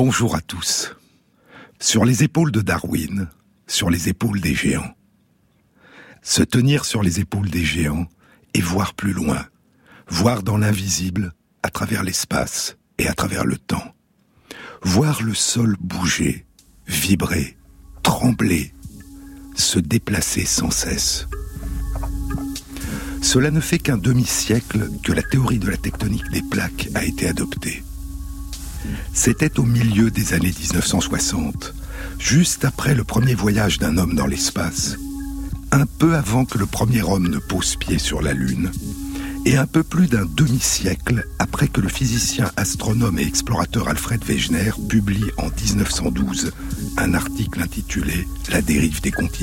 Bonjour à tous. Sur les épaules de Darwin, sur les épaules des géants. Se tenir sur les épaules des géants et voir plus loin, voir dans l'invisible, à travers l'espace et à travers le temps. Voir le sol bouger, vibrer, trembler, se déplacer sans cesse. Cela ne fait qu'un demi-siècle que la théorie de la tectonique des plaques a été adoptée. C'était au milieu des années 1960, juste après le premier voyage d'un homme dans l'espace, un peu avant que le premier homme ne pose pied sur la Lune, et un peu plus d'un demi-siècle après que le physicien, astronome et explorateur Alfred Wegener publie en 1912 un article intitulé « La dérive des continents ».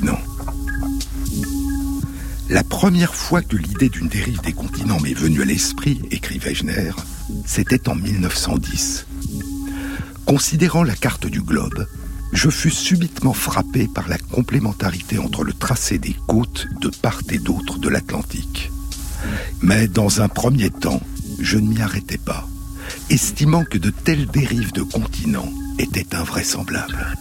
La première fois que l'idée d'une dérive des continents m'est venue à l'esprit, écrit Wegener, c'était en 1910. Considérant la carte du globe, je fus subitement frappé par la complémentarité entre le tracé des côtes de part et d'autre de l'Atlantique. Mais dans un premier temps, je ne m'y arrêtais pas, estimant que de telles dérives de continents étaient invraisemblables.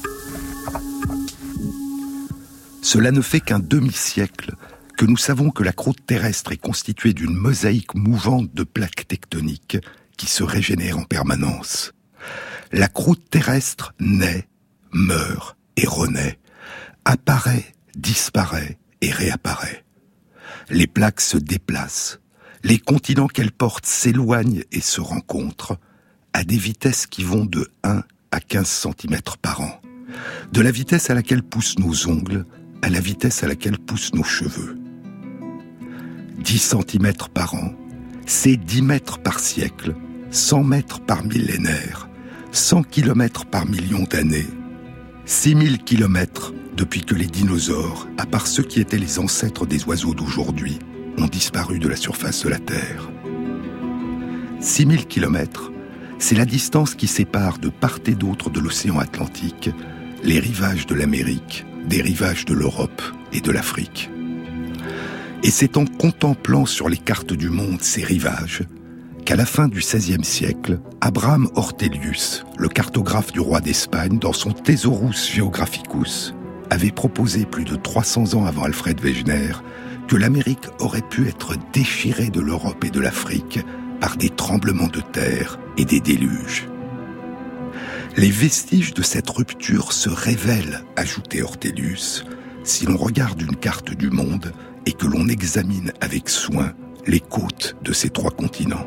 Cela ne fait qu'un demi-siècle que nous savons que la croûte terrestre est constituée d'une mosaïque mouvante de plaques tectoniques qui se régénèrent en permanence. La croûte terrestre naît, meurt et renaît, apparaît, disparaît et réapparaît. Les plaques se déplacent, les continents qu'elles portent s'éloignent et se rencontrent à des vitesses qui vont de 1 à 15 cm par an, de la vitesse à laquelle poussent nos ongles à la vitesse à laquelle poussent nos cheveux. 10 cm par an, c'est 10 mètres par siècle, 100 mètres par millénaire, 100 km par million d'années, 6000 km depuis que les dinosaures, à part ceux qui étaient les ancêtres des oiseaux d'aujourd'hui, ont disparu de la surface de la Terre. 6000 km, c'est la distance qui sépare de part et d'autre de l'océan Atlantique les rivages de l'Amérique des rivages de l'Europe et de l'Afrique. Et c'est en contemplant sur les cartes du monde ces rivages qu'à la fin du XVIe siècle, Abraham Ortelius, le cartographe du roi d'Espagne, dans son Thesaurus Geographicus, avait proposé plus de 300 ans avant Alfred Wegener que l'Amérique aurait pu être déchirée de l'Europe et de l'Afrique par des tremblements de terre et des déluges. Les vestiges de cette rupture se révèlent, ajoutait Ortelius, si l'on regarde une carte du monde et que l'on examine avec soin les côtes de ces 3 continents.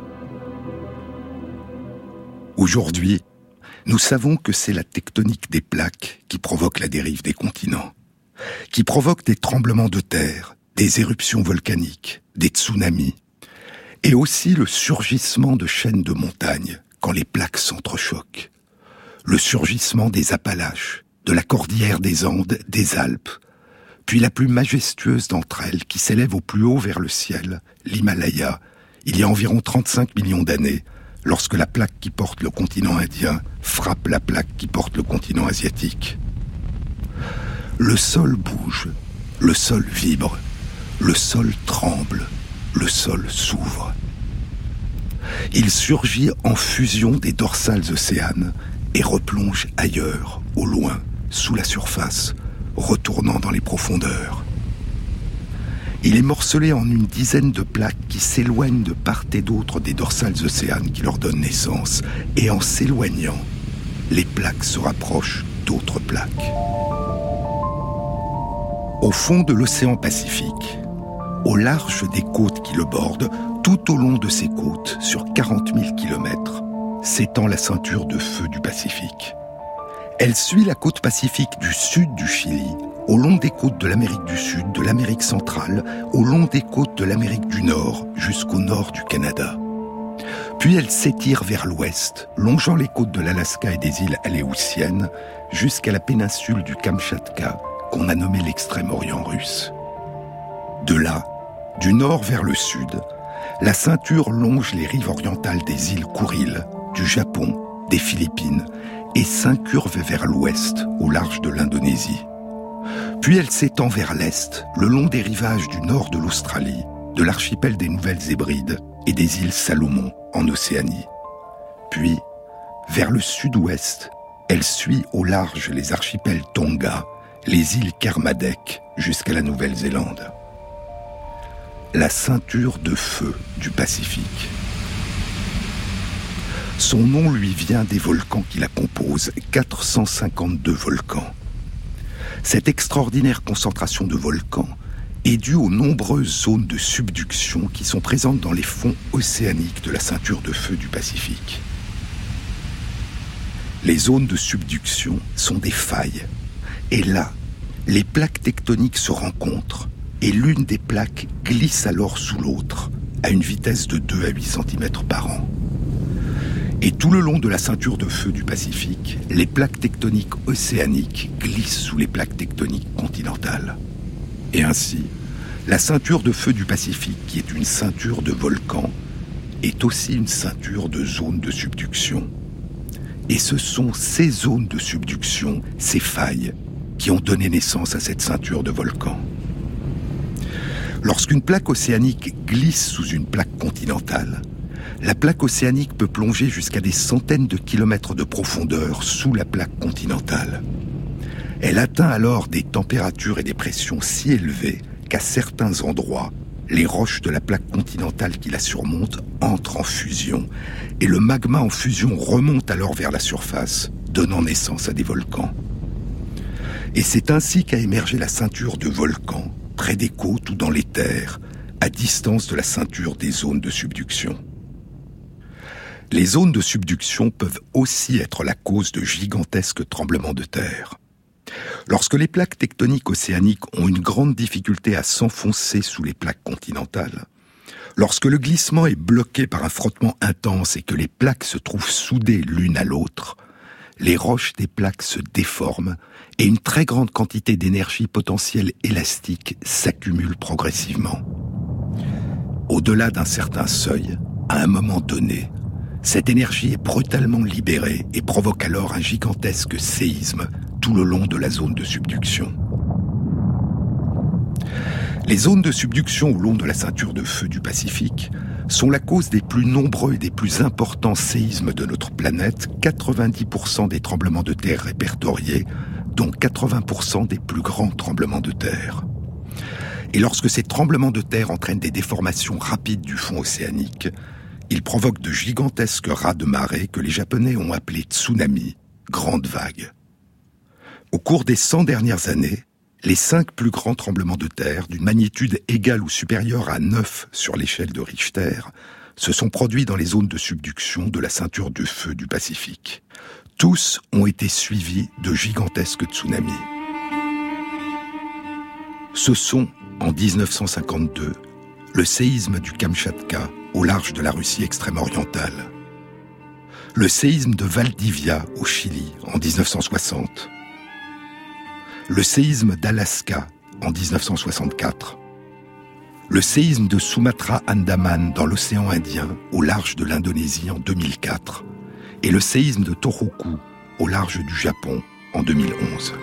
Aujourd'hui, nous savons que c'est la tectonique des plaques qui provoque la dérive des continents, qui provoque des tremblements de terre, des éruptions volcaniques, des tsunamis, et aussi le surgissement de chaînes de montagnes quand les plaques s'entrechoquent, le surgissement des Appalaches, de la cordillère des Andes, des Alpes, puis la plus majestueuse d'entre elles qui s'élève au plus haut vers le ciel, l'Himalaya, il y a environ 35 millions d'années, lorsque la plaque qui porte le continent indien frappe la plaque qui porte le continent asiatique. Le sol bouge, le sol vibre, le sol tremble, le sol s'ouvre. Il surgit en fusion des dorsales océanes et replonge ailleurs, au loin, sous la surface, retournant dans les profondeurs. Il est morcelé en une dizaine de plaques qui s'éloignent de part et d'autre des dorsales océanes qui leur donnent naissance, et en s'éloignant, les plaques se rapprochent d'autres plaques. Au fond de l'océan Pacifique, au large des côtes qui le bordent, tout au long de ces côtes, sur 40 000 km, s'étend la ceinture de feu du Pacifique. Elle suit la côte pacifique du sud du Chili, au long des côtes de l'Amérique du Sud, de l'Amérique centrale, au long des côtes de l'Amérique du Nord, jusqu'au nord du Canada. Puis elle s'étire vers l'ouest, longeant les côtes de l'Alaska et des îles Aléoutiennes, jusqu'à la péninsule du Kamtchatka, qu'on a nommée l'extrême-orient russe. De là, du nord vers le sud, la ceinture longe les rives orientales des îles Kouriles, du Japon, des Philippines, et s'incurve vers l'ouest, au large de l'Indonésie. Puis elle s'étend vers l'est, le long des rivages du nord de l'Australie, de l'archipel des Nouvelles Hébrides et des îles Salomon en Océanie. Puis, Vers le sud-ouest, elle suit au large les archipels Tonga, les îles Kermadec, jusqu'à la Nouvelle-Zélande. La ceinture de feu du Pacifique. Son nom lui vient des volcans qui la composent, 452 volcans. Cette extraordinaire concentration de volcans est due aux nombreuses zones de subduction qui sont présentes dans les fonds océaniques de la ceinture de feu du Pacifique. Les zones de subduction sont des failles. Et là, les plaques tectoniques se rencontrent et l'une des plaques glisse alors sous l'autre à une vitesse de 2 à 8 cm par an. Et tout le long de la ceinture de feu du Pacifique, les plaques tectoniques océaniques glissent sous les plaques tectoniques continentales. Et ainsi, la ceinture de feu du Pacifique, qui est une ceinture de volcans, est aussi une ceinture de zones de subduction. Et ce sont ces zones de subduction, ces failles, qui ont donné naissance à cette ceinture de volcans. Lorsqu'une plaque océanique glisse sous une plaque continentale, la plaque océanique peut plonger jusqu'à des centaines de kilomètres de profondeur sous la plaque continentale. Elle atteint alors des températures et des pressions si élevées qu'à certains endroits, les roches de la plaque continentale qui la surmontent entrent en fusion et le magma en fusion remonte alors vers la surface, donnant naissance à des volcans. Et c'est ainsi qu'a émergé la ceinture de volcans, près des côtes ou dans les terres, à distance de la ceinture des zones de subduction. Les zones de subduction peuvent aussi être la cause de gigantesques tremblements de terre. Lorsque les plaques tectoniques océaniques ont une grande difficulté à s'enfoncer sous les plaques continentales, lorsque le glissement est bloqué par un frottement intense et que les plaques se trouvent soudées l'une à l'autre, les roches des plaques se déforment et une très grande quantité d'énergie potentielle élastique s'accumule progressivement. Au-delà d'un certain seuil, à un moment donné, cette énergie est brutalement libérée et provoque alors un gigantesque séisme tout le long de la zone de subduction. Les zones de subduction au long de la ceinture de feu du Pacifique sont la cause des plus nombreux et des plus importants séismes de notre planète, 90% des tremblements de terre répertoriés, dont 80% des plus grands tremblements de terre. Et lorsque ces tremblements de terre entraînent des déformations rapides du fond océanique, ils provoquent de gigantesques raz de marée que les Japonais ont appelés tsunamis, grandes vagues. Au cours des 100 dernières années, les 5 plus grands tremblements de terre, d'une magnitude égale ou supérieure à 9 sur l'échelle de Richter, se sont produits dans les zones de subduction de la ceinture de feu du Pacifique. Tous ont été suivis de gigantesques tsunamis. Ce sont, en 1952, le séisme du Kamtchatka au large de la Russie extrême-orientale, le séisme de Valdivia au Chili en 1960, le séisme d'Alaska en 1964, le séisme de Sumatra-Andaman dans l'océan Indien au large de l'Indonésie en 2004 et le séisme de Tohoku au large du Japon en 2011.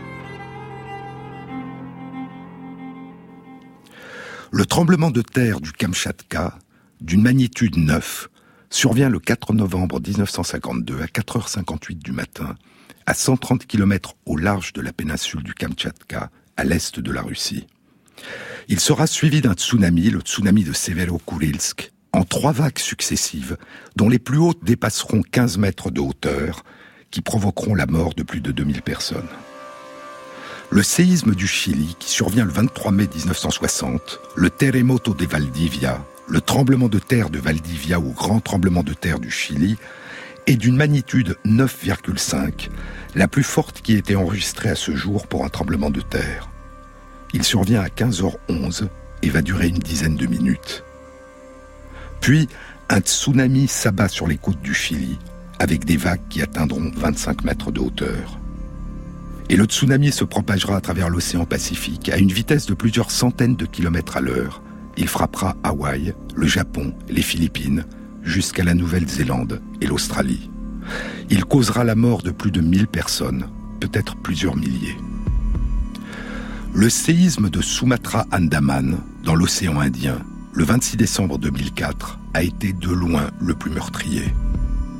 Le tremblement de terre du Kamtchatka, d'une magnitude 9, survient le 4 novembre 1952 à 4h58 du matin, à 130 km au large de la péninsule du Kamtchatka, à l'est de la Russie. Il sera suivi d'un tsunami, le tsunami de Severo-Kurilsk, en 3 vagues successives, dont les plus hautes dépasseront 15 mètres de hauteur, qui provoqueront la mort de plus de 2000 personnes. Le séisme du Chili, qui survient le 23 mai 1960, le terremoto de Valdivia, le tremblement de terre de Valdivia ou grand tremblement de terre du Chili, est d'une magnitude 9,5, la plus forte qui ait été enregistrée à ce jour pour un tremblement de terre. Il survient à 15h11 et va durer une dizaine de minutes. Puis, un tsunami s'abat sur les côtes du Chili, avec des vagues qui atteindront 25 mètres de hauteur. Et le tsunami se propagera à travers l'océan Pacifique à une vitesse de plusieurs centaines de kilomètres à l'heure. Il frappera Hawaï, le Japon, les Philippines, jusqu'à la Nouvelle-Zélande et l'Australie. Il causera la mort de plus de 1000 personnes, peut-être plusieurs milliers. Le séisme de Sumatra-Andaman, dans l'océan Indien, le 26 décembre 2004, a été de loin le plus meurtrier.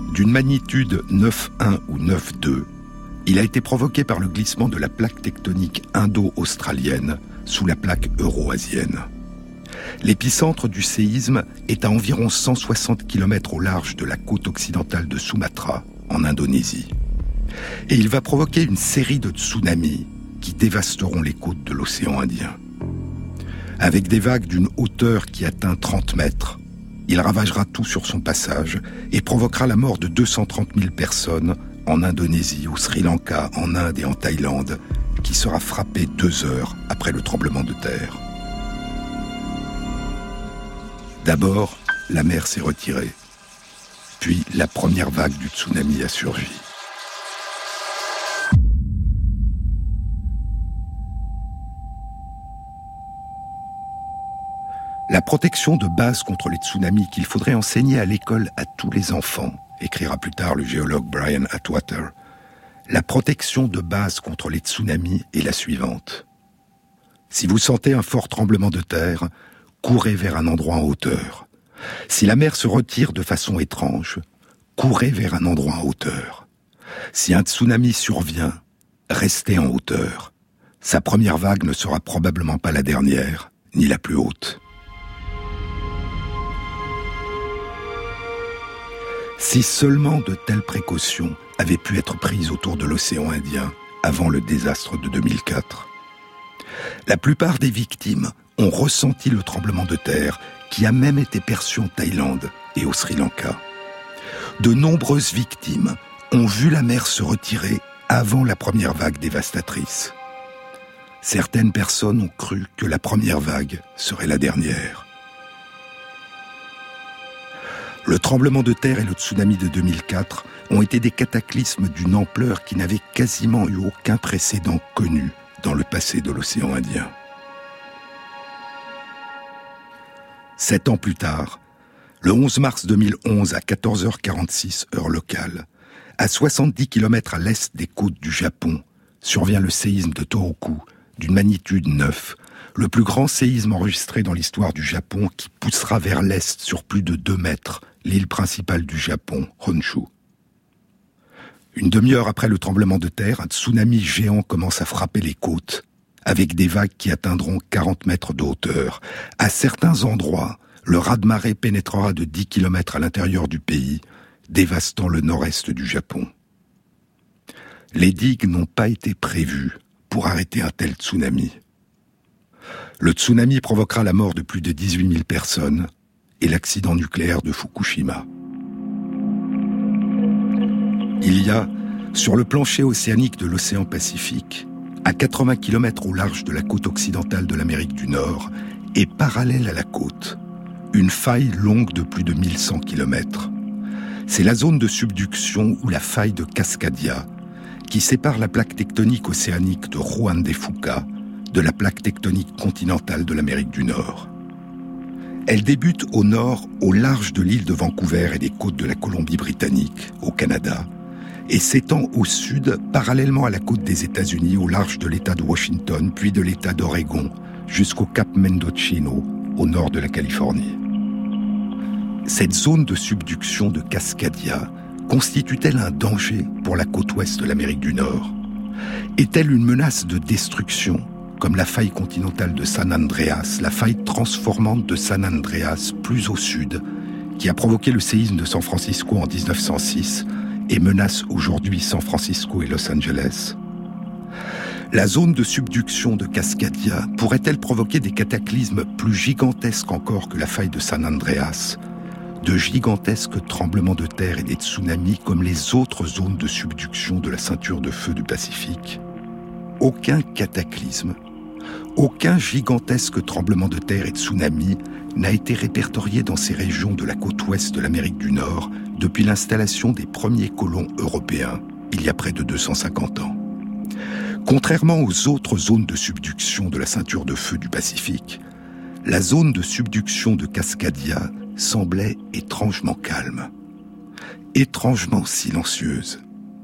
D'une magnitude 9,1 ou 9,2, il a été provoqué par le glissement de la plaque tectonique indo-australienne sous la plaque euro-asienne. L'épicentre du séisme est à environ 160 km au large de la côte occidentale de Sumatra, en Indonésie. Et il va provoquer une série de tsunamis qui dévasteront les côtes de l'océan Indien. Avec des vagues d'une hauteur qui atteint 30 mètres, il ravagera tout sur son passage et provoquera la mort de 230 000 personnes en Indonésie, au Sri Lanka, en Inde et en Thaïlande, qui sera frappé 2 heures après le tremblement de terre. D'abord, la mer s'est retirée. Puis, la première vague du tsunami a surgi. La protection de base contre les tsunamis qu'il faudrait enseigner à l'école à tous les enfants, écrira plus tard le géologue Brian Atwater. La protection de base contre les tsunamis est la suivante. Si vous sentez un fort tremblement de terre, courez vers un endroit en hauteur. Si la mer se retire de façon étrange, courez vers un endroit en hauteur. Si un tsunami survient, restez en hauteur. Sa première vague ne sera probablement pas la dernière, ni la plus haute. Si seulement de telles précautions avaient pu être prises autour de l'océan Indien avant le désastre de 2004. La plupart des victimes ont ressenti le tremblement de terre qui a même été perçu en Thaïlande et au Sri Lanka. De nombreuses victimes ont vu la mer se retirer avant la première vague dévastatrice. Certaines personnes ont cru que la première vague serait la dernière. Le tremblement de terre et le tsunami de 2004 ont été des cataclysmes d'une ampleur qui n'avait quasiment eu aucun précédent connu dans le passé de l'océan Indien. 7 ans plus tard, le 11 mars 2011 à 14h46 heure locale, à 70 km à l'est des côtes du Japon, survient le séisme de Tohoku d'une magnitude 9, le plus grand séisme enregistré dans l'histoire du Japon qui poussera vers l'est sur plus de 2 mètres l'île principale du Japon, Honshu. Une demi-heure après le tremblement de terre, un tsunami géant commence à frapper les côtes, avec des vagues qui atteindront 40 mètres de hauteur. À certains endroits, le raz-de-marée pénétrera de 10 km à l'intérieur du pays, dévastant le nord-est du Japon. Les digues n'ont pas été prévues pour arrêter un tel tsunami. Le tsunami provoquera la mort de plus de 18 000 personnes et l'accident nucléaire de Fukushima. Il y a, sur le plancher océanique de l'océan Pacifique, à 80 km au large de la côte occidentale de l'Amérique du Nord et parallèle à la côte, une faille longue de plus de 1100 km. C'est la zone de subduction ou la faille de Cascadia qui sépare la plaque tectonique océanique de Juan de Fuca de la plaque tectonique continentale de l'Amérique du Nord. Elle débute au nord, au large de l'île de Vancouver et des côtes de la Colombie-Britannique, au Canada, et s'étend au sud, parallèlement à la côte des États-Unis, au large de l'État de Washington, puis de l'État d'Oregon, jusqu'au cap Mendocino, au nord de la Californie. Cette zone de subduction de Cascadia constitue-t-elle un danger pour la côte ouest de l'Amérique du Nord? Est-elle une menace de destruction, comme la faille continentale de San Andreas, la faille transformante de San Andreas plus au sud, qui a provoqué le séisme de San Francisco en 1906 et menace aujourd'hui San Francisco et Los Angeles? La zone de subduction de Cascadia pourrait-elle provoquer des cataclysmes plus gigantesques encore que la faille de San Andreas, de gigantesques tremblements de terre et des tsunamis comme les autres zones de subduction de la ceinture de feu du Pacifique? Aucun cataclysme, aucun gigantesque tremblement de terre et tsunami n'a été répertorié dans ces régions de la côte ouest de l'Amérique du Nord depuis l'installation des premiers colons européens, il y a près de 250 ans. Contrairement aux autres zones de subduction de la ceinture de feu du Pacifique, la zone de subduction de Cascadia semblait étrangement calme, étrangement silencieuse.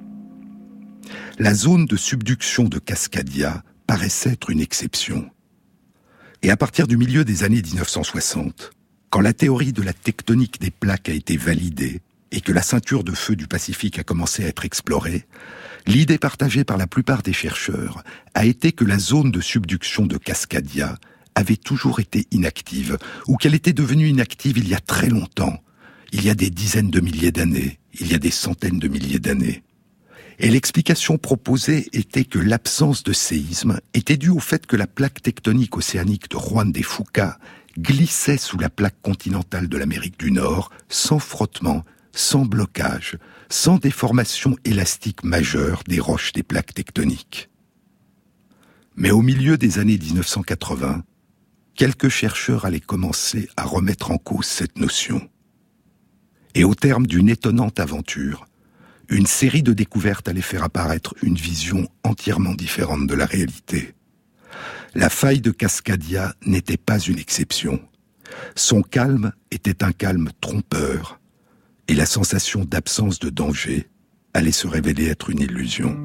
La zone de subduction de Cascadia paraissait être une exception. Et à partir du milieu des années 1960, quand la théorie de la tectonique des plaques a été validée et que la ceinture de feu du Pacifique a commencé à être explorée, l'idée partagée par la plupart des chercheurs a été que la zone de subduction de Cascadia avait toujours été inactive, ou qu'elle était devenue inactive il y a très longtemps, il y a des dizaines de milliers d'années, il y a des centaines de milliers d'années. Et l'explication proposée était que l'absence de séisme était due au fait que la plaque tectonique océanique de Juan de Fuca glissait sous la plaque continentale de l'Amérique du Nord, sans frottement, sans blocage, sans déformation élastique majeure des roches des plaques tectoniques. Mais au milieu des années 1980, quelques chercheurs allaient commencer à remettre en cause cette notion. Et au terme d'une étonnante aventure, une série de découvertes allait faire apparaître une vision entièrement différente de la réalité. La faille de Cascadia n'était pas une exception. Son calme était un calme trompeur, et la sensation d'absence de danger allait se révéler être une illusion.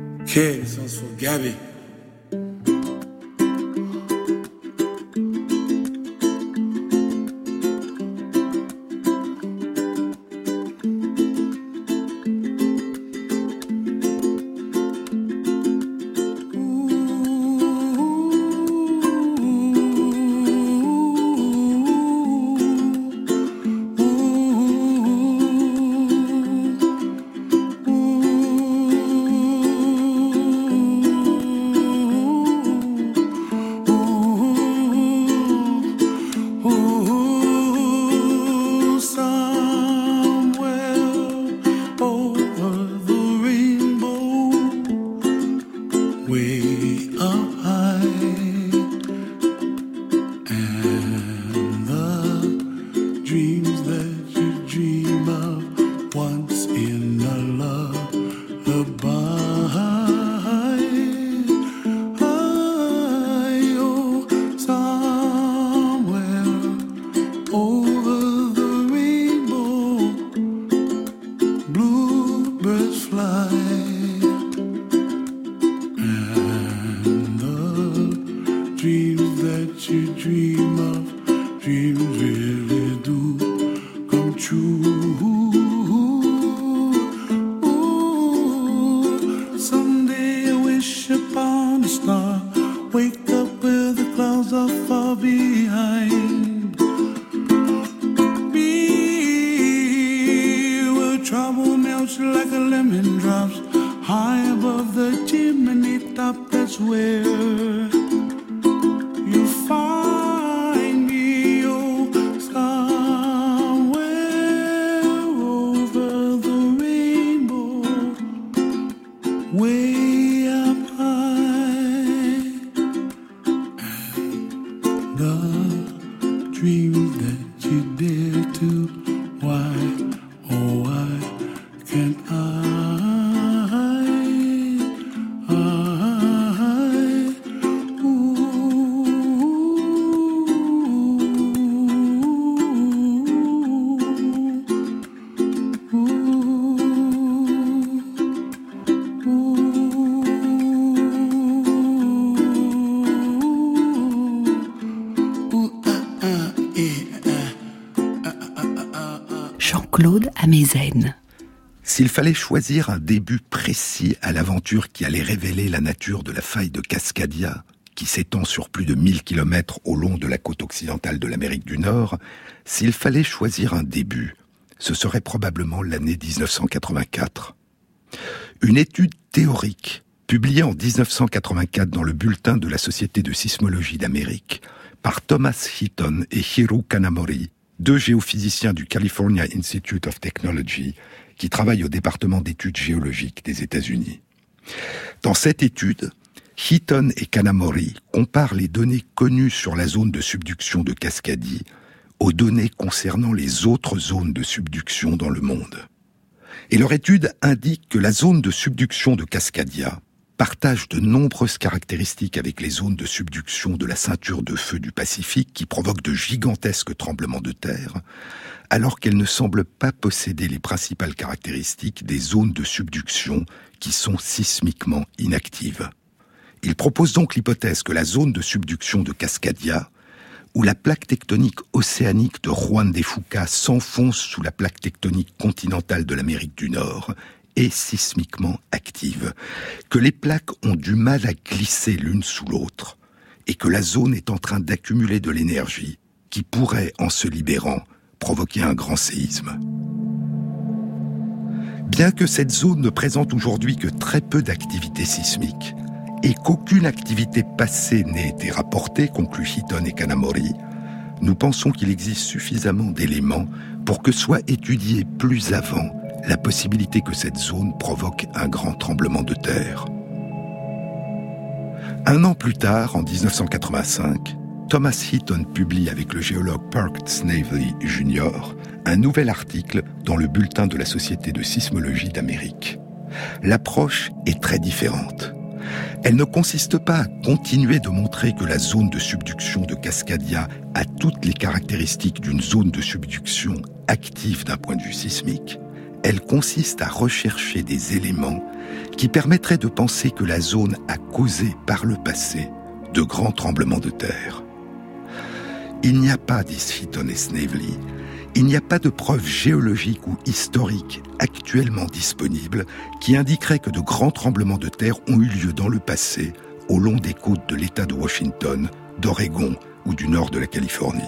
Jean-Claude Amezen. S'il fallait choisir un début précis à l'aventure qui allait révéler la nature de la faille de Cascadia, qui s'étend sur plus de 1000 km au long de la côte occidentale de l'Amérique du Nord, s'il fallait choisir un début, ce serait probablement l'année 1984. Une étude théorique, publiée en 1984 dans le bulletin de la Société de sismologie d'Amérique, par Thomas Heaton et Hiro Kanamori, deux géophysiciens du California Institute of Technology, qui travaillent au département d'études géologiques des États-Unis. Dans cette étude, Heaton et Kanamori comparent les données connues sur la zone de subduction de Cascadie aux données concernant les autres zones de subduction dans le monde. Et leur étude indique que la zone de subduction de Cascadia partage de nombreuses caractéristiques avec les zones de subduction de la ceinture de feu du Pacifique qui provoquent de gigantesques tremblements de terre, alors qu'elle ne semble pas posséder les principales caractéristiques des zones de subduction qui sont sismiquement inactives. Il propose donc l'hypothèse que la zone de subduction de Cascadia, où la plaque tectonique océanique de Juan de Fuca s'enfonce sous la plaque tectonique continentale de l'Amérique du Nord, est sismiquement active, que les plaques ont du mal à glisser l'une sous l'autre, et que la zone est en train d'accumuler de l'énergie qui pourrait, en se libérant, provoquer un grand séisme. Bien que cette zone ne présente aujourd'hui que très peu d'activité sismique, et qu'aucune activité passée n'ait été rapportée, concluent Heaton et Kanamori, nous pensons qu'il existe suffisamment d'éléments pour que soit étudiée plus avant la possibilité que cette zone provoque un grand tremblement de terre. Un an plus tard, en 1985, Thomas Heaton publie avec le géologue Perk Snavely Jr. un nouvel article dans le bulletin de la Société de sismologie d'Amérique. L'approche est très différente. Elle ne consiste pas à continuer de montrer que la zone de subduction de Cascadia a toutes les caractéristiques d'une zone de subduction active d'un point de vue sismique. Elle consiste à rechercher des éléments qui permettraient de penser que la zone a causé par le passé de grands tremblements de terre. Il n'y a pas, disent Heaton et Snavely, il n'y a pas de preuves géologiques ou historiques actuellement disponibles qui indiqueraient que de grands tremblements de terre ont eu lieu dans le passé au long des côtes de l'État de Washington, d'Oregon ou du nord de la Californie.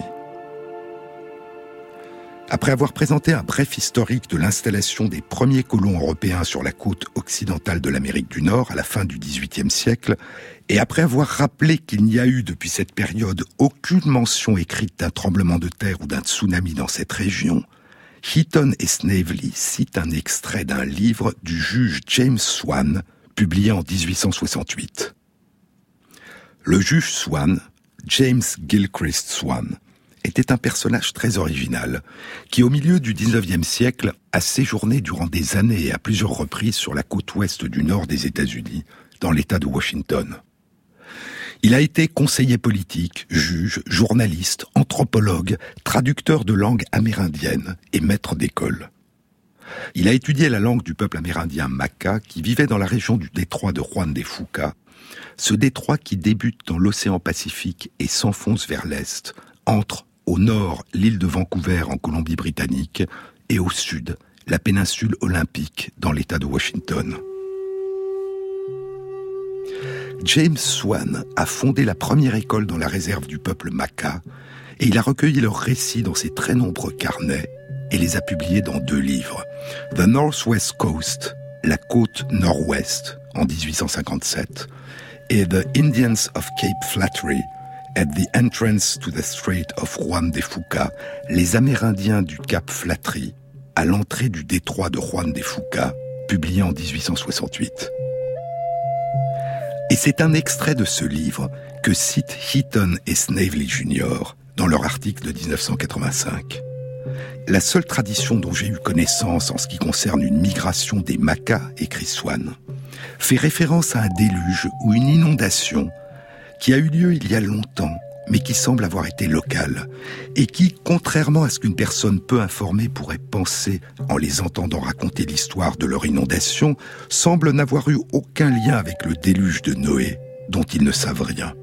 Après avoir présenté un bref historique de l'installation des premiers colons européens sur la côte occidentale de l'Amérique du Nord à la fin du XVIIIe siècle, et après avoir rappelé qu'il n'y a eu depuis cette période aucune mention écrite d'un tremblement de terre ou d'un tsunami dans cette région, Heaton et Snavely citent un extrait d'un livre du juge James Swan, publié en 1868. Le juge Swan, James Gilchrist Swan, était un personnage très original, qui au milieu du XIXe siècle a séjourné durant des années et à plusieurs reprises sur la côte ouest du nord des États-Unis, dans l'État de Washington. Il a été conseiller politique, juge, journaliste, anthropologue, traducteur de langue amérindienne et maître d'école. Il a étudié la langue du peuple amérindien Makah qui vivait dans la région du détroit de Juan de Fuca, ce détroit qui débute dans l'océan Pacifique et s'enfonce vers l'est, entre au nord l'île de Vancouver en Colombie-Britannique et au sud la péninsule olympique dans l'État de Washington. James Swan a fondé la première école dans la réserve du peuple Makah et il a recueilli leurs récits dans ses très nombreux carnets et les a publiés dans 2 livres. The Northwest Coast, la côte nord-ouest, en 1857, et The Indians of Cape Flattery, at the entrance to the Strait of Juan de Fuca, les Amérindiens du Cap Flattery, à l'entrée du détroit de Juan de Fuca, publié en 1868. Et c'est un extrait de ce livre que citent Heaton et Snavely Jr. dans leur article de 1985. La seule tradition dont j'ai eu connaissance en ce qui concerne une migration des Makah, écrit Swan, fait référence à un déluge ou une inondation qui a eu lieu il y a longtemps, mais qui semble avoir été locale, et qui, contrairement à ce qu'une personne peu informée pourrait penser en les entendant raconter l'histoire de leur inondation, semble n'avoir eu aucun lien avec le déluge de Noé, dont ils ne savent rien.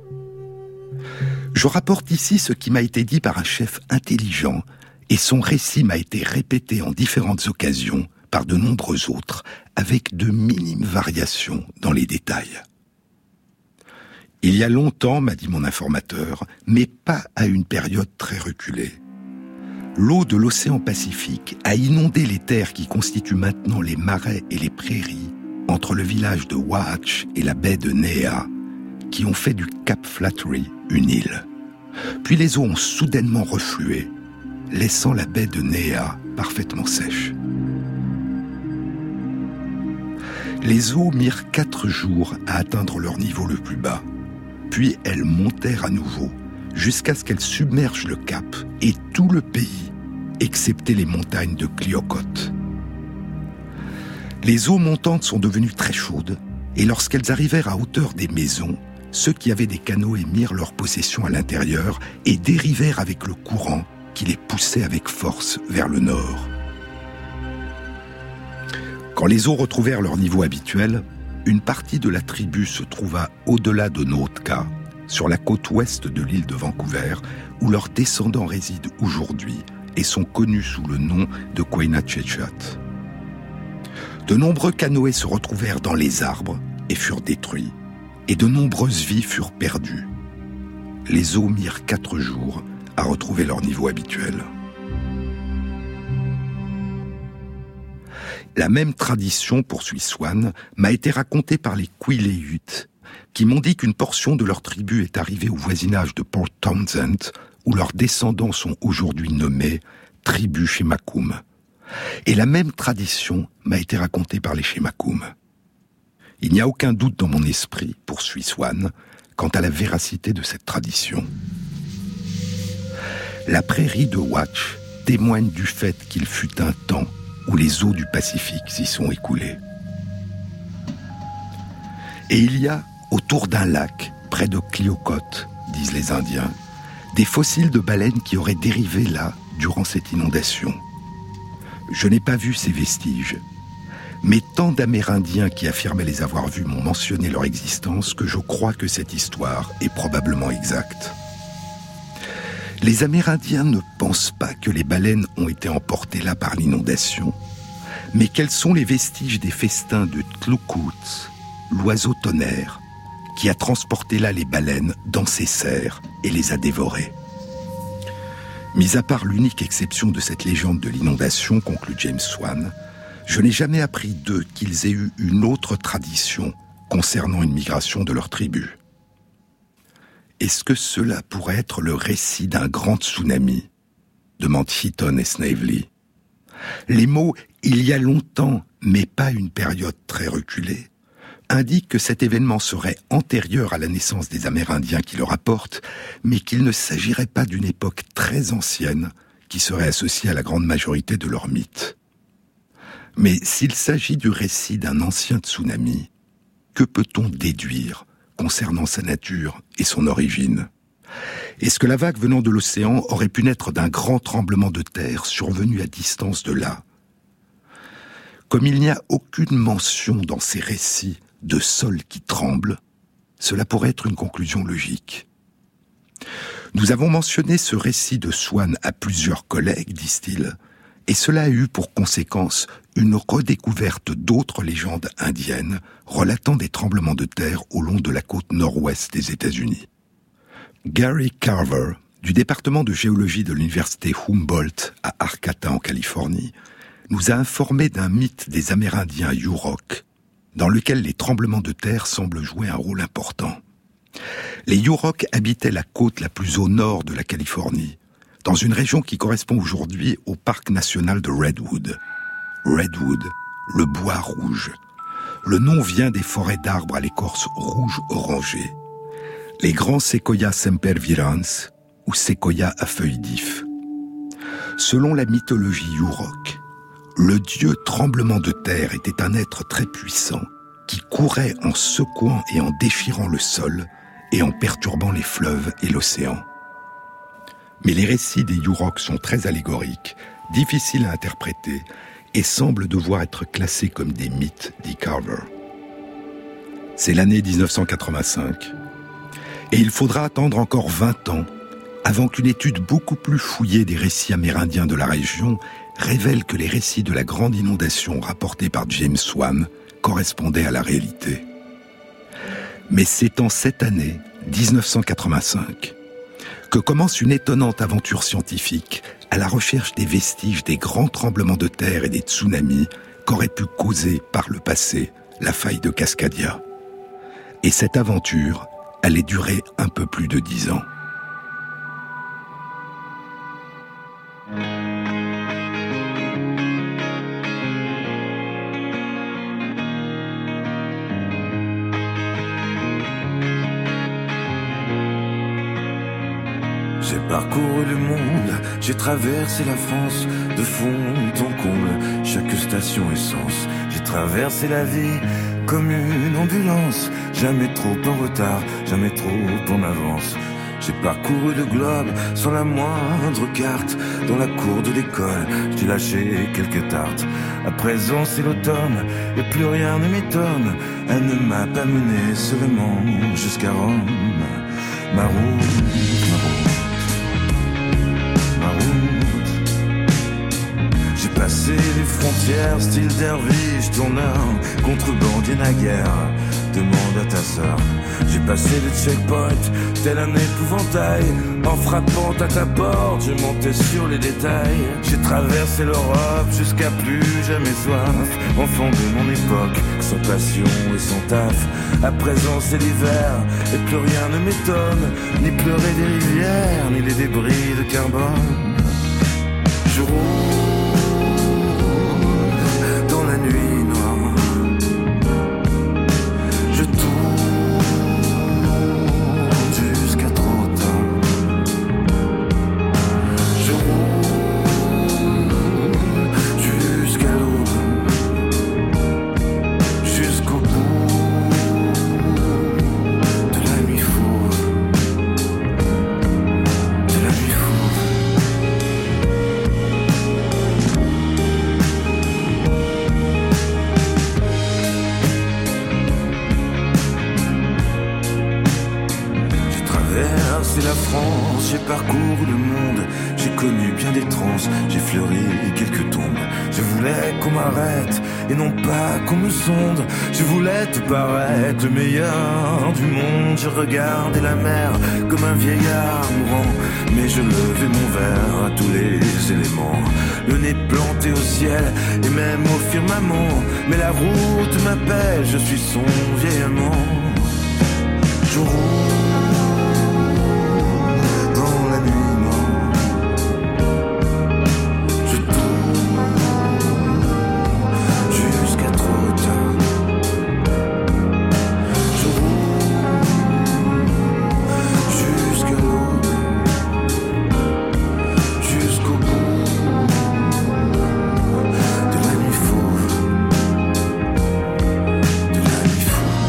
Je rapporte ici ce qui m'a été dit par un chef intelligent, et son récit m'a été répété en différentes occasions par de nombreux autres, avec de minimes variations dans les détails. Il y a longtemps, m'a dit mon informateur, mais pas à une période très reculée. L'eau de l'océan Pacifique a inondé les terres qui constituent maintenant les marais et les prairies entre le village de Wahatch et la baie de Neah, qui ont fait du Cap Flattery une île. Puis les eaux ont soudainement reflué, laissant la baie de Neah parfaitement sèche. Les eaux mirent 4 jours à atteindre leur niveau le plus bas. Puis elles montèrent à nouveau, jusqu'à ce qu'elles submergent le cap et tout le pays, excepté les montagnes de Cliocote. Les eaux montantes sont devenues très chaudes, et lorsqu'elles arrivèrent à hauteur des maisons, ceux qui avaient des canots mirent leur possession à l'intérieur et dérivèrent avec le courant qui les poussait avec force vers le nord. Quand les eaux retrouvèrent leur niveau habituel, une partie de la tribu se trouva au-delà de Nootka sur la côte ouest de l'île de Vancouver, où leurs descendants résident aujourd'hui et sont connus sous le nom de Quayna-Tchétchat. De nombreux canoës se retrouvèrent dans les arbres et furent détruits, et de nombreuses vies furent perdues. Les eaux mirent 4 jours à retrouver leur niveau habituel. La même tradition, poursuit Swann, m'a été racontée par les Quileute, qui m'ont dit qu'une portion de leur tribu est arrivée au voisinage de Port Townsend, où leurs descendants sont aujourd'hui nommés tribu Shemakum. Et la même tradition m'a été racontée par les Shemakum. Il n'y a aucun doute dans mon esprit, poursuit Swann, quant à la véracité de cette tradition. La prairie de Watch témoigne du fait qu'il fut un temps où les eaux du Pacifique s'y sont écoulées. Et il y a, autour d'un lac, près de Cliocote, disent les Indiens, des fossiles de baleines qui auraient dérivé là durant cette inondation. Je n'ai pas vu ces vestiges, mais tant d'Amérindiens qui affirmaient les avoir vus m'ont mentionné leur existence que je crois que cette histoire est probablement exacte. Les Amérindiens ne pensent pas que les baleines ont été emportées là par l'inondation, mais quels sont les vestiges des festins de Tlukut, l'oiseau tonnerre, qui a transporté là les baleines dans ses serres et les a dévorées. Mis à part l'unique exception de cette légende de l'inondation, conclut James Swann, je n'ai jamais appris d'eux qu'ils aient eu une autre tradition concernant une migration de leur tribu. Est-ce que cela pourrait être le récit d'un grand tsunami ? Demandent Heaton et Snavely. Les mots « il y a longtemps, mais pas une période très reculée » indiquent que cet événement serait antérieur à la naissance des Amérindiens qui le rapportent, mais qu'il ne s'agirait pas d'une époque très ancienne qui serait associée à la grande majorité de leurs mythes. Mais s'il s'agit du récit d'un ancien tsunami, que peut-on déduire concernant sa nature et son origine ? Est-ce que la vague venant de l'océan aurait pu naître d'un grand tremblement de terre survenu à distance de là ? Comme il n'y a aucune mention dans ces récits de sol qui tremble, cela pourrait être une conclusion logique. Nous avons mentionné ce récit de Swann à plusieurs collègues, disent-ils, et cela a eu pour conséquence une redécouverte d'autres légendes indiennes relatant des tremblements de terre au long de la côte nord-ouest des États-Unis. Gary Carver, du département de géologie de l'université Humboldt à Arcata en Californie, nous a informé d'un mythe des Amérindiens Yurok, dans lequel les tremblements de terre semblent jouer un rôle important. Les Yurok habitaient la côte la plus au nord de la Californie, dans une région qui correspond aujourd'hui au parc national de Redwood. Redwood, le bois rouge. Le nom vient des forêts d'arbres à l'écorce rouge-orangée. Les grands séquoias sempervirens, ou séquoias à feuilles d'if. Selon la mythologie Yurok, le dieu tremblement de terre était un être très puissant qui courait en secouant et en déchirant le sol et en perturbant les fleuves et l'océan. Mais les récits des Yurok sont très allégoriques, difficiles à interpréter et semblent devoir être classés comme des mythes, dit Carver. C'est l'année 1985 et il faudra attendre encore 20 ans avant qu'une étude beaucoup plus fouillée des récits amérindiens de la région révèle que les récits de la grande inondation rapportés par James Swann correspondaient à la réalité. Mais c'est en cette année, 1985, que commence une étonnante aventure scientifique à la recherche des vestiges des grands tremblements de terre et des tsunamis qu'aurait pu causer par le passé la faille de Cascadia. Et cette aventure allait durer un peu plus de 10 ans. J'ai parcouru le monde, j'ai traversé la France de fond en comble, chaque station essence. J'ai traversé la vie comme une ambulance, jamais trop en retard, jamais trop en avance. J'ai parcouru le globe sans la moindre carte, dans la cour de l'école, j'ai lâché quelques tartes. À présent c'est l'automne, et plus rien ne m'étonne, elle ne m'a pas mené seulement jusqu'à Rome. ma route, ma route, ma route. J'ai passé les frontières, style derviche, tourneur, contrebandier naguère. Demande à ta sœur. J'ai passé le checkpoint, tel un épouvantail. En frappant à ta porte, je montais sur les détails. J'ai traversé l'Europe jusqu'à plus jamais soif. Enfant de mon époque, sans passion et sans taf. À présent c'est l'hiver, et plus rien ne m'étonne. Ni pleurer des rivières, ni les débris de carbone. Je roule dans la nuit noire. Je tourne jusqu'à trop tard. Je roule jusqu'à l'aube, jusqu'au bout de la nuit fauve, de la nuit fauve. C'est la France, j'ai parcouru le monde, j'ai connu bien des trans, j'ai fleuri quelques tombes. Je voulais qu'on m'arrête et non pas qu'on me sonde. Je voulais te paraître le meilleur du monde. Je regardais la mer comme un vieillard mourant, mais je levais mon verre à tous les éléments. Le nez planté au ciel et même au firmament. Mais la route m'appelle, je suis son vieil amant. Je roule dans la nuit noire. Je tourne jusqu'à trop tard. Je roule jusqu'à l'aube, jusqu'au bout de la nuit fauve, de la nuit fauve.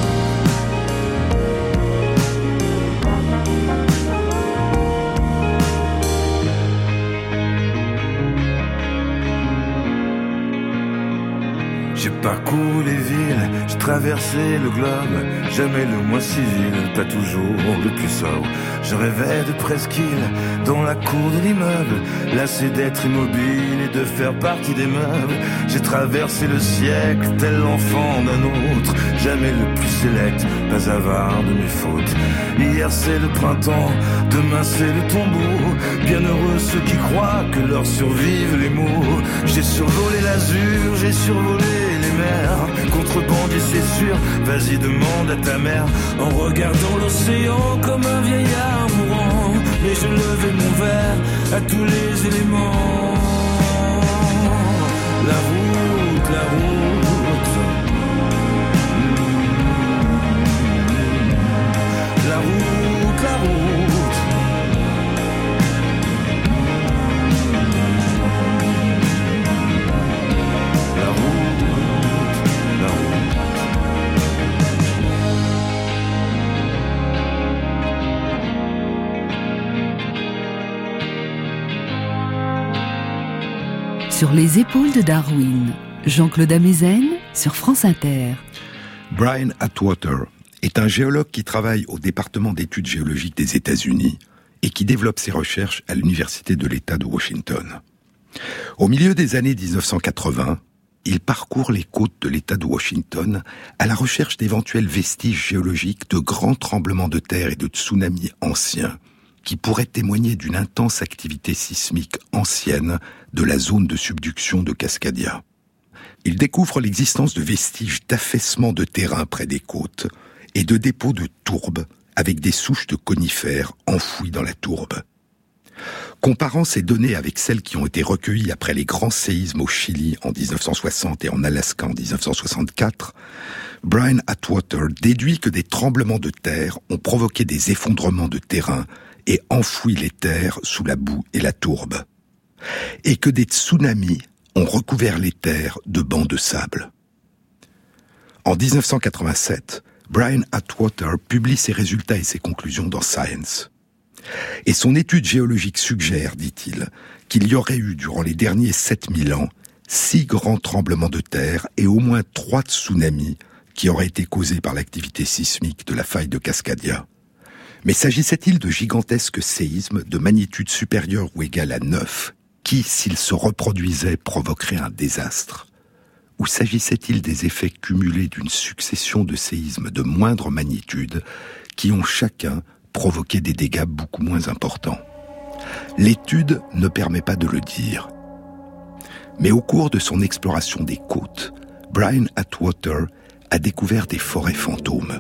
J'ai parcouru les villes, j'ai traversé le globe. Jamais le moins civil, pas toujours le plus sobre. Je rêvais de presqu'île dans la cour de l'immeuble, lassé d'être immobile et de faire partie des meubles. J'ai traversé le siècle tel l'enfant d'un autre. Jamais le plus sélect, pas avare de mes fautes. Hier c'est le printemps, demain c'est le tombeau. Bienheureux ceux qui croient que leur survivent les mots. J'ai survolé l'azur, j'ai survolé les mers. Contrebandier c'est sûr, vas-y demande à ta mère. En regardant l'océan comme un vieillard mourant, mais je levais mon verre à tous les éléments. La route, la route, la route, la route. La route, la route. Sur les épaules de Darwin, Jean-Claude Amezen sur France Inter. Brian Atwater est un géologue qui travaille au département d'études géologiques des États-Unis et qui développe ses recherches à l'université de l'État de Washington. Au milieu des années 1980, il parcourt les côtes de l'État de Washington à la recherche d'éventuels vestiges géologiques de grands tremblements de terre et de tsunamis anciens qui pourraient témoigner d'une intense activité sismique ancienne de la zone de subduction de Cascadia. Il découvre l'existence de vestiges d'affaissement de terrain près des côtes et de dépôts de tourbes avec des souches de conifères enfouies dans la tourbe. Comparant ces données avec celles qui ont été recueillies après les grands séismes au Chili en 1960 et en Alaska en 1964, Brian Atwater déduit que des tremblements de terre ont provoqué des effondrements de terrain et enfoui les terres sous la boue et la tourbe, et que des tsunamis ont recouvert les terres de bancs de sable. En 1987, Brian Atwater publie ses résultats et ses conclusions dans Science. Et son étude géologique suggère, dit-il, qu'il y aurait eu durant les derniers 7000 ans 6 grands tremblements de terre et au moins 3 tsunamis qui auraient été causés par l'activité sismique de la faille de Cascadia. Mais s'agissait-il de gigantesques séismes de magnitude supérieure ou égale à 9, qui, s'ils se reproduisaient, provoqueraient un désastre? Ou s'agissait-il des effets cumulés d'une succession de séismes de moindre magnitude qui ont chacun provoqué des dégâts beaucoup moins importants? L'étude ne permet pas de le dire. Mais au cours de son exploration des côtes, Brian Atwater a découvert des forêts fantômes.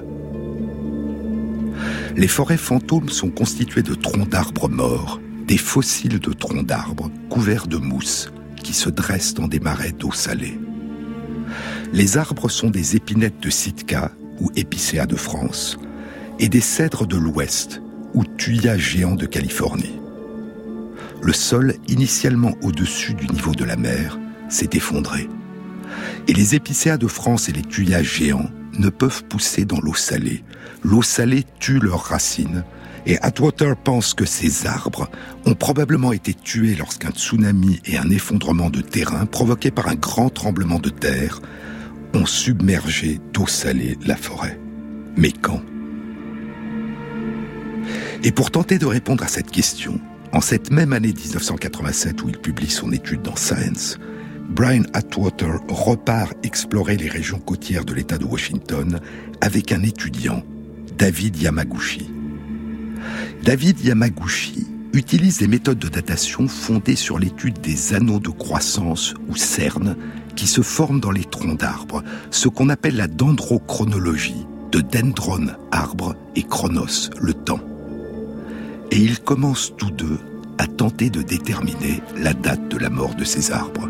Les forêts fantômes sont constituées de troncs d'arbres morts, des fossiles de troncs d'arbres couverts de mousse qui se dressent dans des marais d'eau salée. Les arbres sont des épinettes de Sitka ou Épicéa de France et des cèdres de l'Ouest ou Thuya géants de Californie. Le sol, initialement au-dessus du niveau de la mer, s'est effondré. Et les épicéas de France et les thuyas géants ne peuvent pousser dans l'eau salée. L'eau salée tue leurs racines, et Atwater pense que ces arbres ont probablement été tués lorsqu'un tsunami et un effondrement de terrain provoqués par un grand tremblement de terre ont submergé d'eau salée la forêt. Mais quand ? Et pour tenter de répondre à cette question, en cette même année 1987 où il publie son étude dans Science, Brian Atwater repart explorer les régions côtières de l'État de Washington avec un étudiant, David Yamaguchi. David Yamaguchi utilise des méthodes de datation fondées sur l'étude des anneaux de croissance ou cernes qui se forment dans les troncs d'arbres, ce qu'on appelle la dendrochronologie, de dendron, arbre, et chronos, le temps. Et ils commencent tous deux à tenter de déterminer la date de la mort de ces arbres.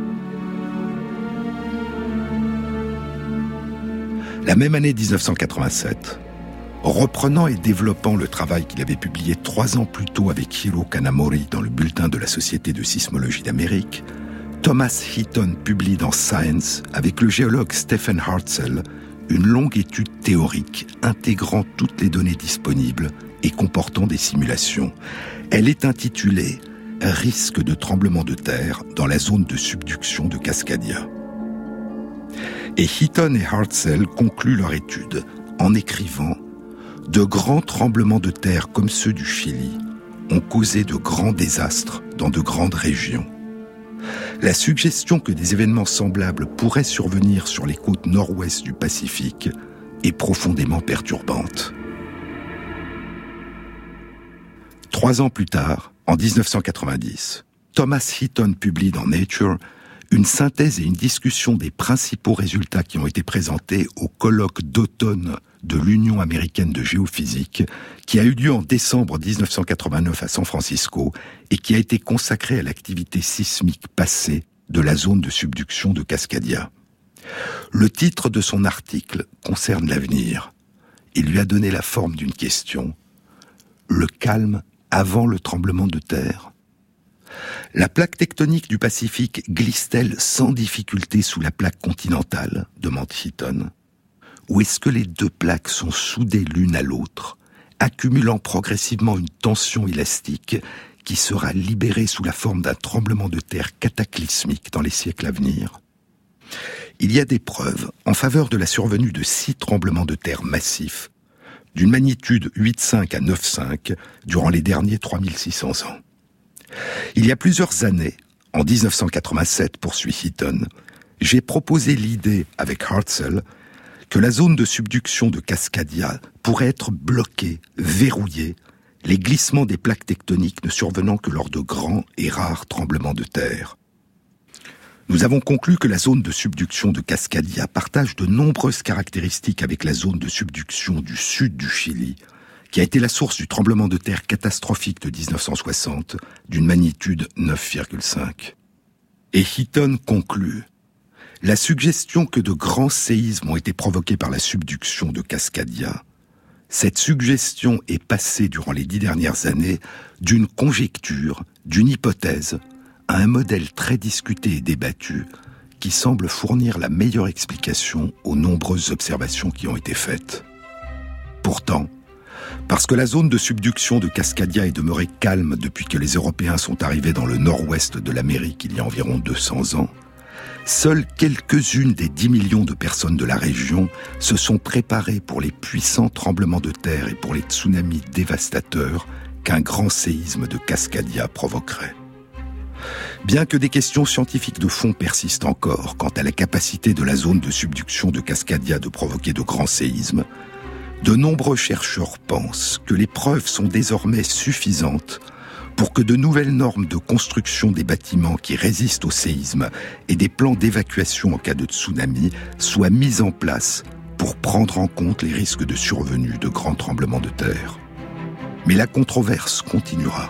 La même année 1987, reprenant et développant le travail qu'il avait publié 3 ans plus tôt avec Hiro Kanamori dans le bulletin de la Société de sismologie d'Amérique, Thomas Heaton publie dans Science, avec le géologue Stephen Hartzell, une longue étude théorique intégrant toutes les données disponibles et comportant des simulations. Elle est intitulée « Risque de tremblement de terre dans la zone de subduction de Cascadia ». Et Heaton et Hartzell concluent leur étude en écrivant « De grands tremblements de terre comme ceux du Chili ont causé de grands désastres dans de grandes régions. La suggestion que des événements semblables pourraient survenir sur les côtes nord-ouest du Pacifique est profondément perturbante. » 3 ans plus tard, en 1990, Thomas Heaton publie dans Nature une synthèse et une discussion des principaux résultats qui ont été présentés au colloque d'automne de l'Union américaine de géophysique, qui a eu lieu en décembre 1989 à San Francisco et qui a été consacré à l'activité sismique passée de la zone de subduction de Cascadia. Le titre de son article concerne l'avenir. Il lui a donné la forme d'une question. Le calme avant le tremblement de terre? La plaque tectonique du Pacifique glisse-t-elle sans difficulté sous la plaque continentale, demande Heaton. Ou est-ce que les deux plaques sont soudées l'une à l'autre, accumulant progressivement une tension élastique qui sera libérée sous la forme d'un tremblement de terre cataclysmique dans les siècles à venir? Il y a des preuves en faveur de la survenue de 6 tremblements de terre massifs, d'une magnitude 8,5 à 9,5 durant les derniers 3600 ans. Il y a plusieurs années, en 1987, poursuit Heaton, j'ai proposé l'idée avec Hartzell que la zone de subduction de Cascadia pourrait être bloquée, verrouillée, les glissements des plaques tectoniques ne survenant que lors de grands et rares tremblements de terre. Nous avons conclu que la zone de subduction de Cascadia partage de nombreuses caractéristiques avec la zone de subduction du sud du Chili, qui a été la source du tremblement de terre catastrophique de 1960 d'une magnitude 9,5. Et Heaton conclut « La suggestion que de grands séismes ont été provoqués par la subduction de Cascadia, cette suggestion est passée durant les 10 dernières années d'une conjecture, d'une hypothèse, à un modèle très discuté et débattu qui semble fournir la meilleure explication aux nombreuses observations qui ont été faites. Pourtant, parce que la zone de subduction de Cascadia est demeurée calme depuis que les Européens sont arrivés dans le nord-ouest de l'Amérique il y a environ 200 ans, Seules quelques-unes des 10 millions de personnes de la région se sont préparées pour les puissants tremblements de terre et pour les tsunamis dévastateurs qu'un grand séisme de Cascadia provoquerait. Bien que des questions scientifiques de fond persistent encore quant à la capacité de la zone de subduction de Cascadia de provoquer de grands séismes, de nombreux chercheurs pensent que les preuves sont désormais suffisantes pour que de nouvelles normes de construction des bâtiments qui résistent au séisme et des plans d'évacuation en cas de tsunami soient mis en place pour prendre en compte les risques de survenue de grands tremblements de terre. Mais la controverse continuera.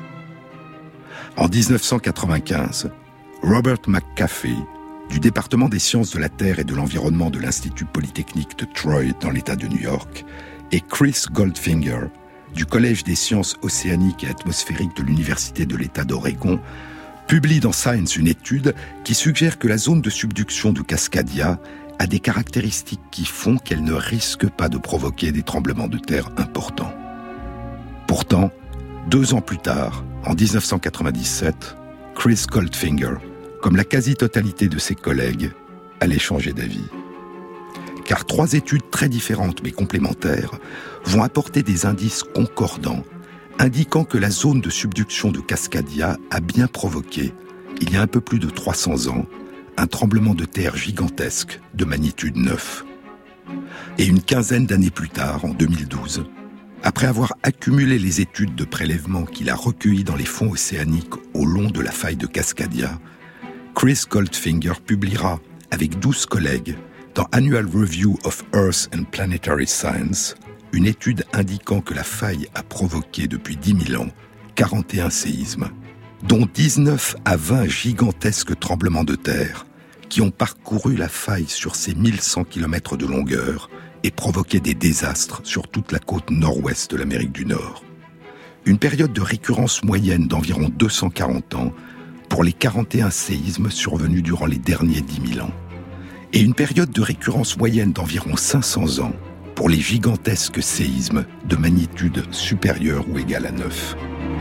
En 1995, Robert McAfee, du département des sciences de la Terre et de l'environnement de l'Institut Polytechnique de Troy dans l'État de New York, et Chris Goldfinger, du Collège des sciences océaniques et atmosphériques de l'Université de l'État d'Oregon, publie dans Science une étude qui suggère que la zone de subduction de Cascadia a des caractéristiques qui font qu'elle ne risque pas de provoquer des tremblements de terre importants. Pourtant, 2 ans plus tard, en 1997, Chris Goldfinger, comme la quasi-totalité de ses collègues, allait changer d'avis. Car 3 études très différentes mais complémentaires vont apporter des indices concordants, indiquant que la zone de subduction de Cascadia a bien provoqué, il y a un peu plus de 300 ans, un tremblement de terre gigantesque de magnitude 9. Et une quinzaine d'années plus tard, en 2012, après avoir accumulé les études de prélèvement qu'il a recueillies dans les fonds océaniques au long de la faille de Cascadia, Chris Goldfinger publiera, avec 12 collègues, dans Annual Review of Earth and Planetary Science, une étude indiquant que la faille a provoqué depuis 10 000 ans 41 séismes, dont 19 à 20 gigantesques tremblements de terre qui ont parcouru la faille sur ses 1100 km de longueur et provoqué des désastres sur toute la côte nord-ouest de l'Amérique du Nord. Une période de récurrence moyenne d'environ 240 ans pour les 41 séismes survenus durant les derniers 10 000 ans. Et une période de récurrence moyenne d'environ 500 ans pour les gigantesques séismes de magnitude supérieure ou égale à 9.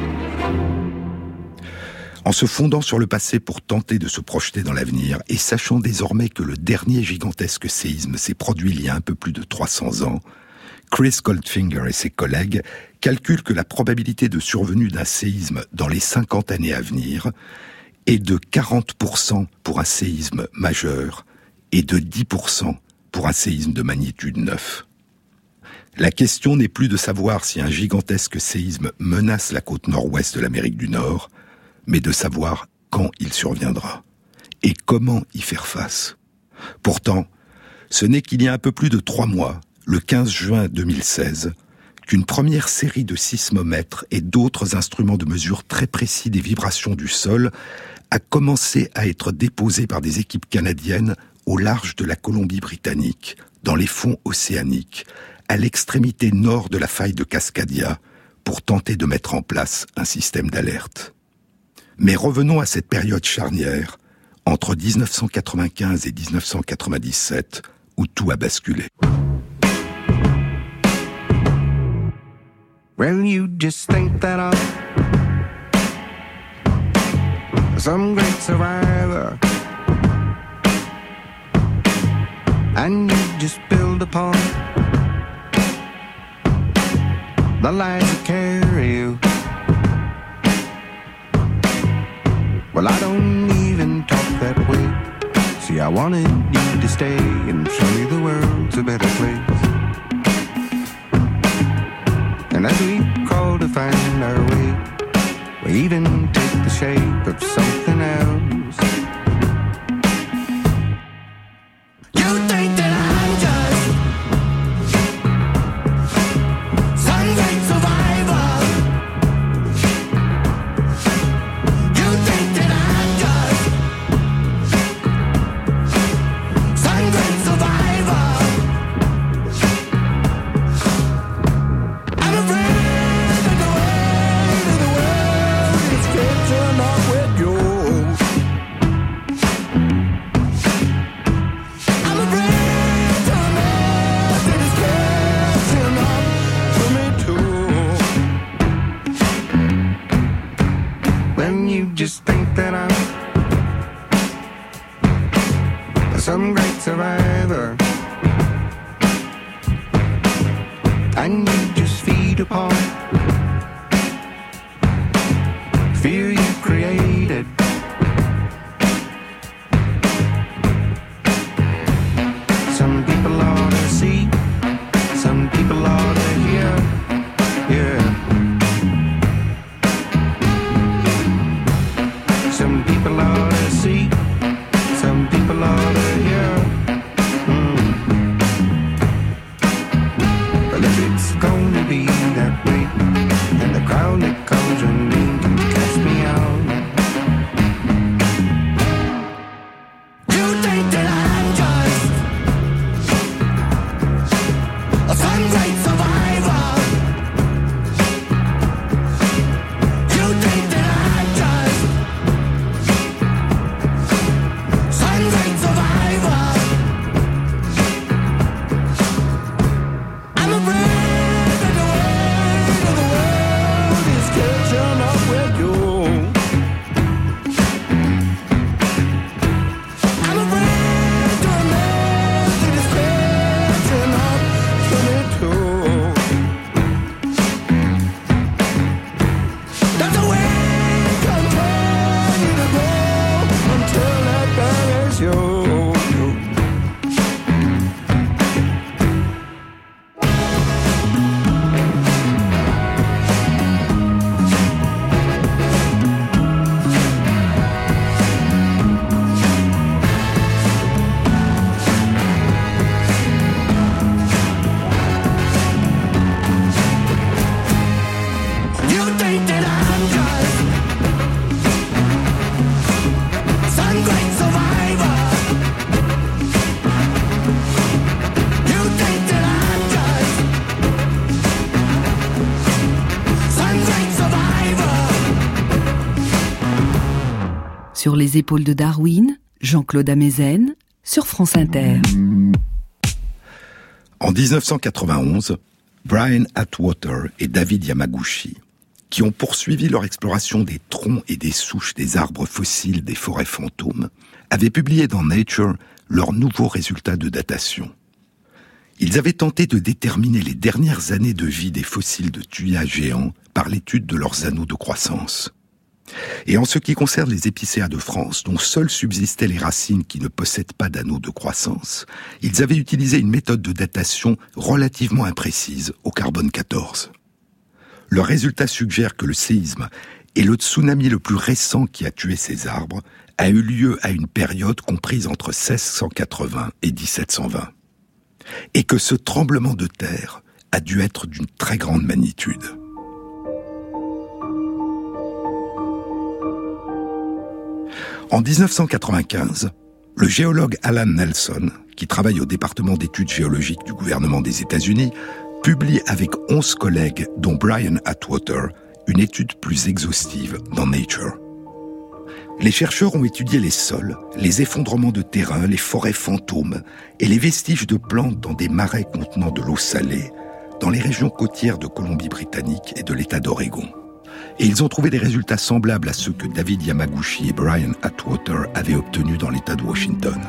En se fondant sur le passé pour tenter de se projeter dans l'avenir et sachant désormais que le dernier gigantesque séisme s'est produit il y a un peu plus de 300 ans, Chris Goldfinger et ses collègues calculent que la probabilité de survenue d'un séisme dans les 50 années à venir est de 40% pour un séisme majeur et de 10% pour un séisme de magnitude 9. La question n'est plus de savoir si un gigantesque séisme menace la côte nord-ouest de l'Amérique du Nord, mais de savoir quand il surviendra et comment y faire face. Pourtant, ce n'est qu'il y a un peu plus de 3 mois, le 15 juin 2016, qu'une première série de sismomètres et d'autres instruments de mesure très précis des vibrations du sol a commencé à être déposée par des équipes canadiennes au large de la Colombie-Britannique, dans les fonds océaniques, à l'extrémité nord de la faille de Cascadia, pour tenter de mettre en place un système d'alerte. Mais revenons à cette période charnière, entre 1995 et 1997, où tout a basculé. Well, you just think that I'm some great survivor, and you just build upon the lies that carry you. Well, I don't even talk that way. See, I wanted you to stay and show me the world's a better place. And as we crawl to find our way, we even take the shape of something else. You think that I'm just some great survivor. You think that I'm just some great survivor. I'm afraid that the way the world is catching up with you. some great survivor, and you just feed upon fear you created. Some people ought to see, some people ought to hear, yeah. Some people ought to see, some people ought to hear. But if it's gonna be that way, then the crowd that comes running can cast me out. You think that I'm just some great survivor? You think that I'm just some great survivor? I'm afraid that the weight of the world is catching up with you. I'm afraid to admit that it's catching up to me too. That the wind can turn you to gold until it buries you. You think that I'm just some great survivor? You think that I'm just some great survivor? Sur les épaules de Darwin, Jean-Claude Amezen, sur France Inter. En 1991, Brian Atwater et David Yamaguchi, qui ont poursuivi leur exploration des troncs et des souches des arbres fossiles des forêts fantômes, avaient publié dans Nature leurs nouveaux résultats de datation. Ils avaient tenté de déterminer les dernières années de vie des fossiles de tuyas géants par l'étude de leurs anneaux de croissance. Et en ce qui concerne les épicéas de France, dont seules subsistaient les racines qui ne possèdent pas d'anneaux de croissance, ils avaient utilisé une méthode de datation relativement imprécise au carbone 14. Leurs résultats suggèrent que le séisme et le tsunami le plus récent qui a tué ces arbres a eu lieu à une période comprise entre 1680 et 1720. Et que ce tremblement de terre a dû être d'une très grande magnitude. En 1995, le géologue Alan Nelson, qui travaille au département d'études géologiques du gouvernement des États-Unis, publie avec 11 collègues, dont Brian Atwater, une étude plus exhaustive dans Nature. Les chercheurs ont étudié les sols, les effondrements de terrain, les forêts fantômes et les vestiges de plantes dans des marais contenant de l'eau salée, dans les régions côtières de Colombie-Britannique et de l'État d'Oregon. Et ils ont trouvé des résultats semblables à ceux que David Yamaguchi et Brian Atwater avaient obtenus dans l'État de Washington.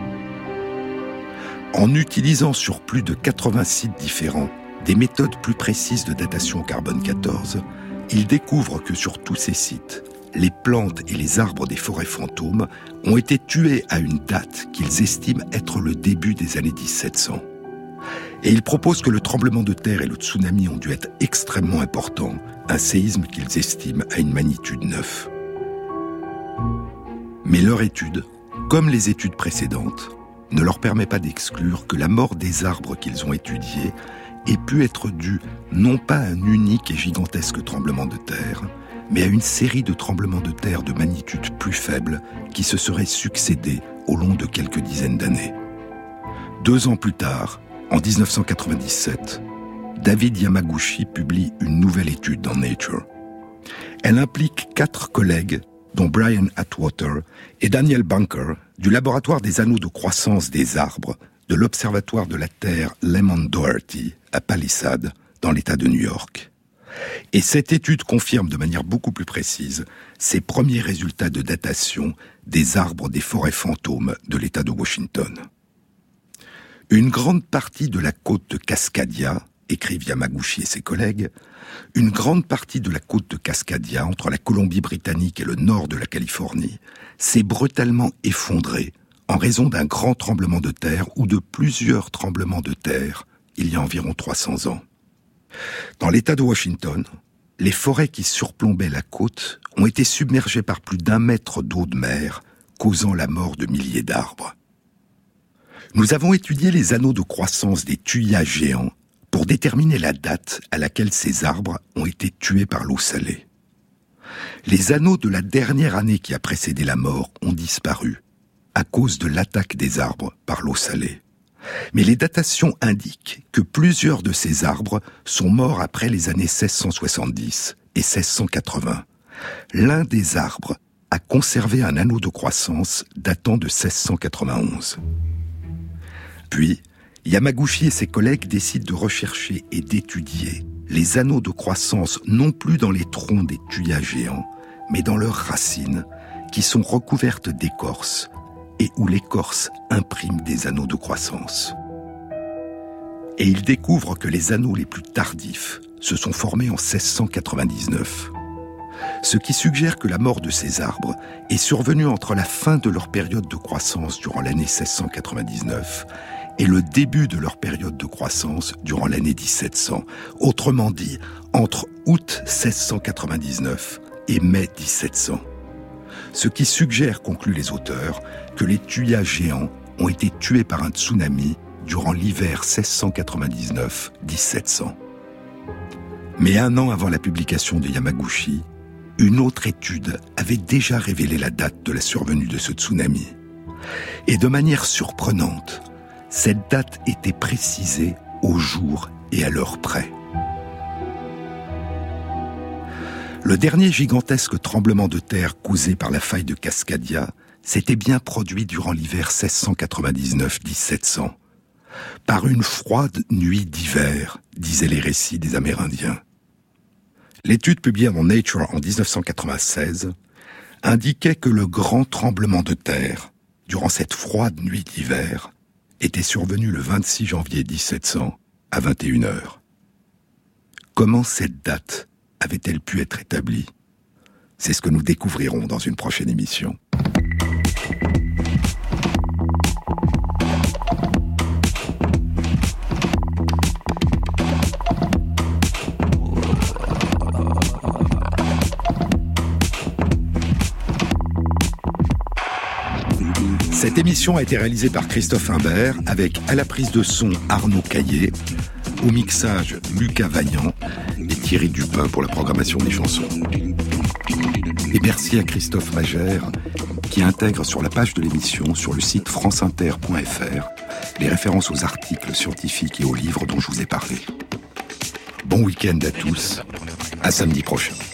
En utilisant sur plus de 80 sites différents des méthodes plus précises de datation au carbone 14, ils découvrent que sur tous ces sites, les plantes et les arbres des forêts fantômes ont été tués à une date qu'ils estiment être le début des années 1700. Et ils proposent que le tremblement de terre et le tsunami ont dû être extrêmement importants, un séisme qu'ils estiment à une magnitude 9. Mais leur étude, comme les études précédentes, ne leur permet pas d'exclure que la mort des arbres qu'ils ont étudiés ait pu être due non pas à un unique et gigantesque tremblement de terre, mais à une série de tremblements de terre de magnitude plus faible qui se seraient succédés au long de quelques dizaines d'années. 2 ans plus tard, en 1997, David Yamaguchi publie une nouvelle étude dans Nature. Elle implique 4 collègues, dont Brian Atwater et Daniel Bunker, du laboratoire des anneaux de croissance des arbres de l'Observatoire de la Terre Lemon Doherty à Palisade, dans l'État de New York. Et cette étude confirme de manière beaucoup plus précise ses premiers résultats de datation des arbres des forêts fantômes de l'État de Washington. Une grande partie de la côte de Cascadia, écrivent Yamaguchi et ses collègues, une grande partie de la côte de Cascadia, entre la Colombie-Britannique et le nord de la Californie, s'est brutalement effondrée en raison d'un grand tremblement de terre ou de plusieurs tremblements de terre il y a environ 300 ans. Dans l'État de Washington, les forêts qui surplombaient la côte ont été submergées par plus d'1 mètre d'eau de mer, causant la mort de milliers d'arbres. Nous avons étudié les anneaux de croissance des tuyas géants pour déterminer la date à laquelle ces arbres ont été tués par l'eau salée. Les anneaux de la dernière année qui a précédé la mort ont disparu à cause de l'attaque des arbres par l'eau salée. Mais les datations indiquent que plusieurs de ces arbres sont morts après les années 1670 et 1680. L'un des arbres a conservé un anneau de croissance datant de 1691. Puis, Yamaguchi et ses collègues décident de rechercher et d'étudier les anneaux de croissance non plus dans les troncs des tuyas géants, mais dans leurs racines, qui sont recouvertes d'écorce et où l'écorce imprime des anneaux de croissance. Et ils découvrent que les anneaux les plus tardifs se sont formés en 1699, ce qui suggère que la mort de ces arbres est survenue entre la fin de leur période de croissance durant l'année 1699 et le début de leur période de croissance durant l'année 1700. Autrement dit, entre août 1699 et mai 1700. Ce qui suggère, concluent les auteurs, que les tuyas géants ont été tués par un tsunami durant l'hiver 1699-1700. Mais 1 an avant la publication de Yamaguchi, une autre étude avait déjà révélé la date de la survenue de ce tsunami. Et de manière surprenante, cette date était précisée au jour et à l'heure près. Le dernier gigantesque tremblement de terre causé par la faille de Cascadia s'était bien produit durant l'hiver 1699-1700, par une froide nuit d'hiver, disaient les récits des Amérindiens. L'étude publiée dans Nature en 1996 indiquait que le grand tremblement de terre, durant cette froide nuit d'hiver, était survenu le 26 janvier 1700 à 21h. Comment cette date avait-elle pu être établie ? C'est ce que nous découvrirons dans une prochaine émission. Cette émission a été réalisée par Christophe Imbert avec à la prise de son Arnaud Caillé, au mixage Lucas Vaillant et Thierry Dupin pour la programmation des chansons. Et merci à Christophe Magère qui intègre sur la page de l'émission sur le site franceinter.fr les références aux articles scientifiques et aux livres dont je vous ai parlé. Bon week-end à tous, à samedi prochain.